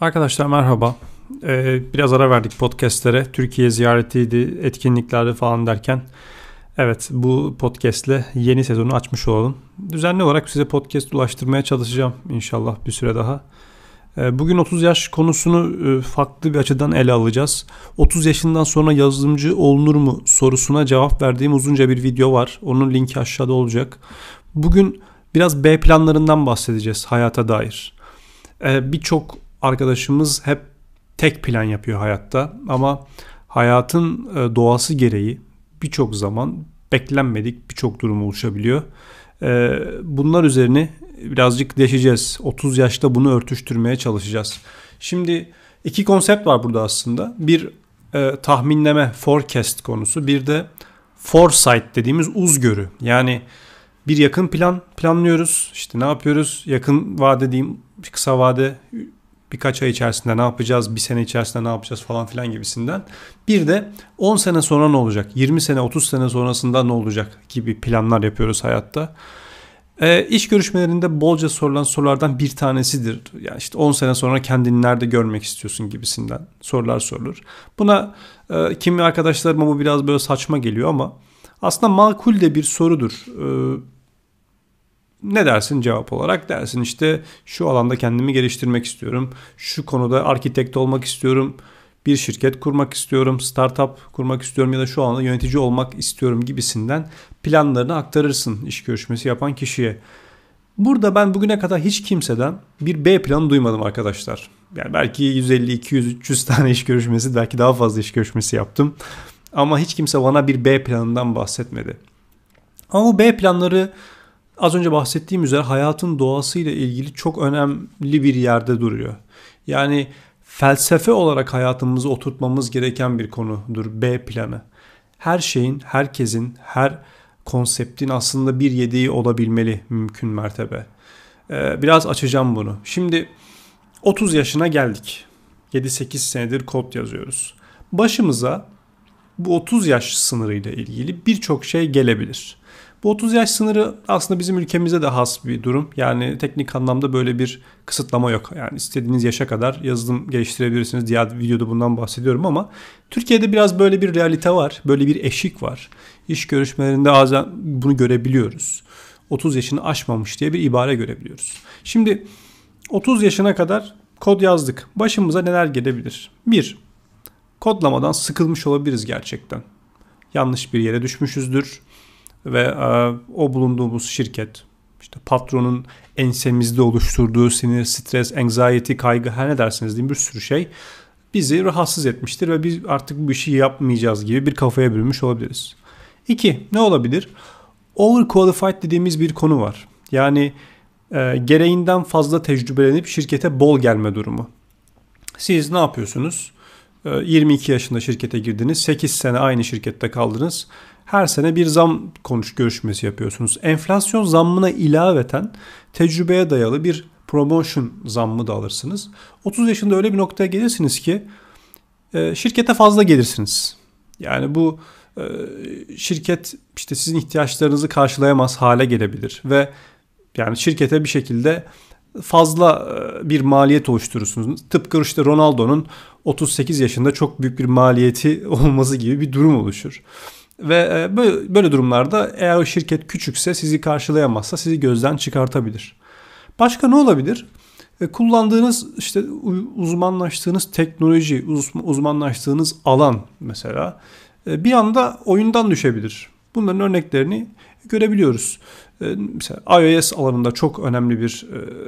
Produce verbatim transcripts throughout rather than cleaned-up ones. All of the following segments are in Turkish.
Arkadaşlar merhaba. Ee, biraz ara verdik podcastlere. Türkiye ziyaretiydi, etkinliklerde falan derken. Evet, bu podcastle yeni sezonu açmış olalım. Düzenli olarak size podcast ulaştırmaya çalışacağım inşallah bir süre daha. Ee, bugün otuz yaş konusunu e, farklı bir açıdan ele alacağız. otuz yaşından sonra yazılımcı olunur mu sorusuna cevap verdiğim uzunca bir video var. Onun linki aşağıda olacak. Bugün biraz B planlarından bahsedeceğiz hayata dair. Ee, Birçok arkadaşımız hep tek plan yapıyor hayatta ama hayatın doğası gereği birçok zaman beklenmedik birçok durum oluşabiliyor. Bunlar üzerine birazcık deşeceğiz. otuz yaşta bunu örtüştürmeye çalışacağız. Şimdi iki konsept var burada aslında. Bir e, tahminleme, forecast konusu. Bir de foresight dediğimiz uzgörü. Yani bir yakın plan planlıyoruz. İşte ne yapıyoruz? Yakın vade diyeyim, kısa vade birkaç ay içerisinde ne yapacağız, bir sene içerisinde ne yapacağız falan filan gibisinden. Bir de on sene sonra ne olacak, yirmi sene, otuz sene sonrasında ne olacak gibi planlar yapıyoruz hayatta. E, iş görüşmelerinde bolca sorulan sorulardan bir tanesidir. Yani işte on sene sonra kendini nerede görmek istiyorsun gibisinden sorular sorulur. Buna e, kimi arkadaşlarıma bu biraz böyle saçma geliyor ama aslında makul de bir sorudur. E, Ne dersin cevap olarak? Dersin işte şu alanda kendimi geliştirmek istiyorum. Şu konuda arkitekt olmak istiyorum. Bir şirket kurmak istiyorum. Startup kurmak istiyorum ya da şu alanda yönetici olmak istiyorum gibisinden planlarını aktarırsın iş görüşmesi yapan kişiye. Burada ben bugüne kadar hiç kimseden bir B planı duymadım arkadaşlar. Yani belki yüz elli, iki yüz, üç yüz tane iş görüşmesi, belki daha fazla iş görüşmesi yaptım. Ama hiç kimse bana bir B planından bahsetmedi. Ama bu B planları az önce bahsettiğim üzere hayatın doğasıyla ilgili çok önemli bir yerde duruyor. Yani felsefe olarak hayatımızı oturtmamız gereken bir konudur B planı. Her şeyin, herkesin, her konseptin aslında bir yedeği olabilmeli mümkün mertebe. Ee, biraz açacağım bunu. Şimdi otuz yaşına geldik. yedi sekiz senedir kod yazıyoruz. Başımıza bu otuz yaş sınırıyla ilgili birçok şey gelebilir. Bu otuz yaş sınırı aslında bizim ülkemizde de has bir durum. Yani teknik anlamda böyle bir kısıtlama yok. Yani istediğiniz yaşa kadar yazılım geliştirebilirsiniz. Diğer videoda bundan bahsediyorum ama Türkiye'de biraz böyle bir realite var. Böyle bir eşik var. İş görüşmelerinde bazen bunu görebiliyoruz. otuz yaşını aşmamış diye bir ibare görebiliyoruz. Şimdi otuz yaşına kadar kod yazdık. Başımıza neler gelebilir? Bir, kodlamadan sıkılmış olabiliriz gerçekten. Yanlış bir yere düşmüşüzdür. Ve e, o bulunduğumuz şirket, işte patronun ensemizde oluşturduğu sinir, stres, anxiety, kaygı, her ne derseniz deyin bir sürü şey bizi rahatsız etmiştir ve biz artık bu işi yapmayacağız gibi bir kafaya bürünmüş olabiliriz. İki, ne olabilir? Overqualified dediğimiz bir konu var. Yani e, gereğinden fazla tecrübelenip şirkete bol gelme durumu. Siz ne yapıyorsunuz? E, yirmi iki yaşında şirkete girdiniz, sekiz sene aynı şirkette kaldınız. Her sene bir zam konuş görüşmesi yapıyorsunuz. Enflasyon zammına ilaveten tecrübeye dayalı bir promotion zammı da alırsınız. otuz yaşında öyle bir noktaya gelirsiniz ki e, şirkete fazla gelirsiniz. Yani bu e, şirket işte sizin ihtiyaçlarınızı karşılayamaz hale gelebilir ve yani şirkete bir şekilde fazla bir maliyet oluşturursunuz. Tıpkı işte Ronaldo'nun otuz sekiz yaşında çok büyük bir maliyeti olması gibi bir durum oluşur. Ve böyle durumlarda eğer o şirket küçükse, sizi karşılayamazsa sizi gözden çıkartabilir. Başka ne olabilir? Kullandığınız işte uzmanlaştığınız teknoloji, uzmanlaştığınız alan mesela bir anda oyundan düşebilir. Bunların örneklerini görebiliyoruz. Mesela iOS alanında çok önemli bir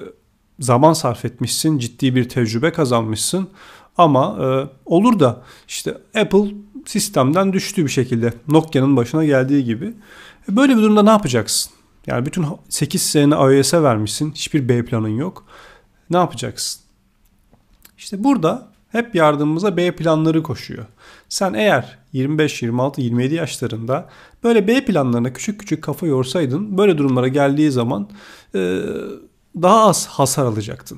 zaman sarf etmişsin, ciddi bir tecrübe kazanmışsın. Ama e, olur da işte Apple sistemden düştü bir şekilde. Nokia'nın başına geldiği gibi. E, böyle bir durumda ne yapacaksın? Yani bütün sekiz sene iOS'e vermişsin. Hiçbir B planın yok. Ne yapacaksın? İşte burada hep yardımımıza B planları koşuyor. Sen eğer yirmi beş, yirmi altı, yirmi yedi yaşlarında böyle B planlarına küçük küçük kafa yorsaydın, böyle durumlara geldiği zaman e, daha az hasar alacaktın.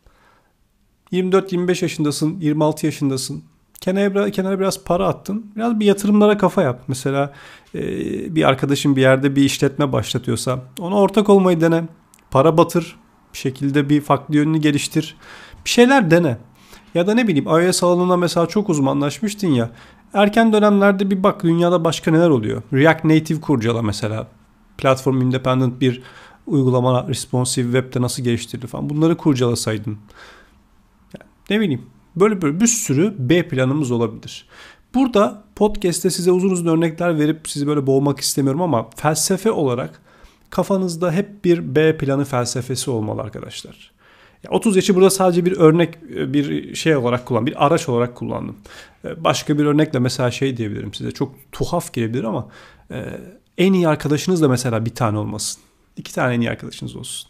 yirmi dört yirmi beş yaşındasın, yirmi altı yaşındasın. Kenara, kenara biraz para attın. Biraz bir yatırımlara kafa yap. Mesela e, bir arkadaşın bir yerde bir işletme başlatıyorsa ona ortak olmayı dene. Para batır. Bir şekilde bir farklı yönünü geliştir. Bir şeyler dene. Ya da ne bileyim iOS alanına mesela çok uzmanlaşmıştın ya. Erken dönemlerde bir bak dünyada başka neler oluyor. React Native kurcala mesela. Platform independent bir uygulama responsive web'de nasıl geliştirilir falan. Bunları kurcalasaydın. Yani ne bileyim. Böyle böyle bir sürü B planımız olabilir. Burada podcast'te size uzun uzun örnekler verip sizi böyle boğmak istemiyorum ama felsefe olarak kafanızda hep bir B planı felsefesi olmalı arkadaşlar. otuz yaşı burada sadece bir örnek, bir şey olarak kullandım. Bir araç olarak kullandım. Başka bir örnekle mesela şey diyebilirim size. Çok tuhaf gelebilir ama en iyi arkadaşınız da mesela bir tane olmasın. İki tane en iyi arkadaşınız olsun.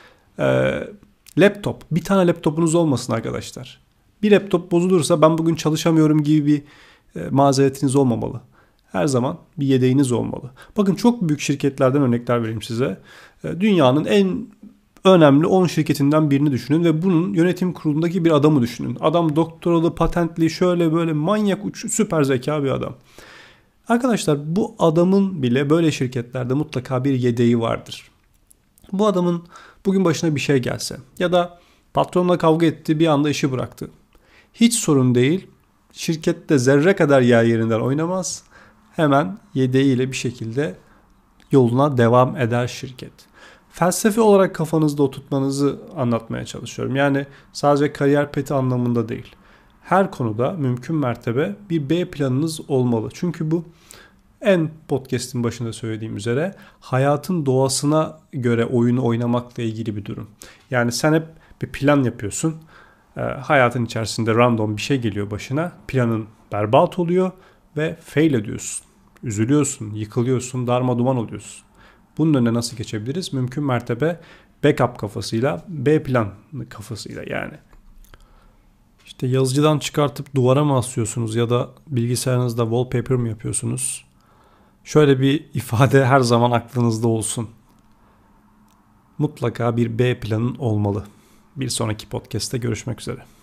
Laptop. Bir tane laptopunuz olmasın arkadaşlar. Bir laptop bozulursa ben bugün çalışamıyorum gibi bir mazeretiniz olmamalı. Her zaman bir yedeğiniz olmalı. Bakın çok büyük şirketlerden örnekler vereyim size. Dünyanın en önemli on şirketinden birini düşünün ve bunun yönetim kurulundaki bir adamı düşünün. Adam doktoralı, patentli, şöyle böyle manyak, uç, süper zeka bir adam. Arkadaşlar bu adamın bile böyle şirketlerde mutlaka bir yedeği vardır. Bu adamın bugün başına bir şey gelse ya da patronla kavga etti, bir anda işi bıraktı. Hiç sorun değil. Şirkette zerre kadar yer yerinden oynamaz. Hemen yedeğiyle bir şekilde yoluna devam eder şirket. Felsefe olarak kafanızda oturtmanızı anlatmaya çalışıyorum. Yani sadece kariyer peti anlamında değil. Her konuda mümkün mertebe bir B planınız olmalı. Çünkü bu en podcast'in başında söylediğim üzere hayatın doğasına göre oyunu oynamakla ilgili bir durum. Yani sen hep bir plan yapıyorsun. E, hayatın içerisinde random bir şey geliyor başına. Planın berbat oluyor ve fail ediyorsun. Üzülüyorsun, yıkılıyorsun, darmaduman oluyorsun. Bunun önüne nasıl geçebiliriz? Mümkün mertebe backup kafasıyla, B plan kafasıyla yani. İşte yazıcıdan çıkartıp duvara mı asıyorsunuz ya da bilgisayarınızda wallpaper mı yapıyorsunuz? Şöyle bir ifade her zaman aklınızda olsun. Mutlaka bir B planın olmalı. Bir sonraki podcast'te görüşmek üzere.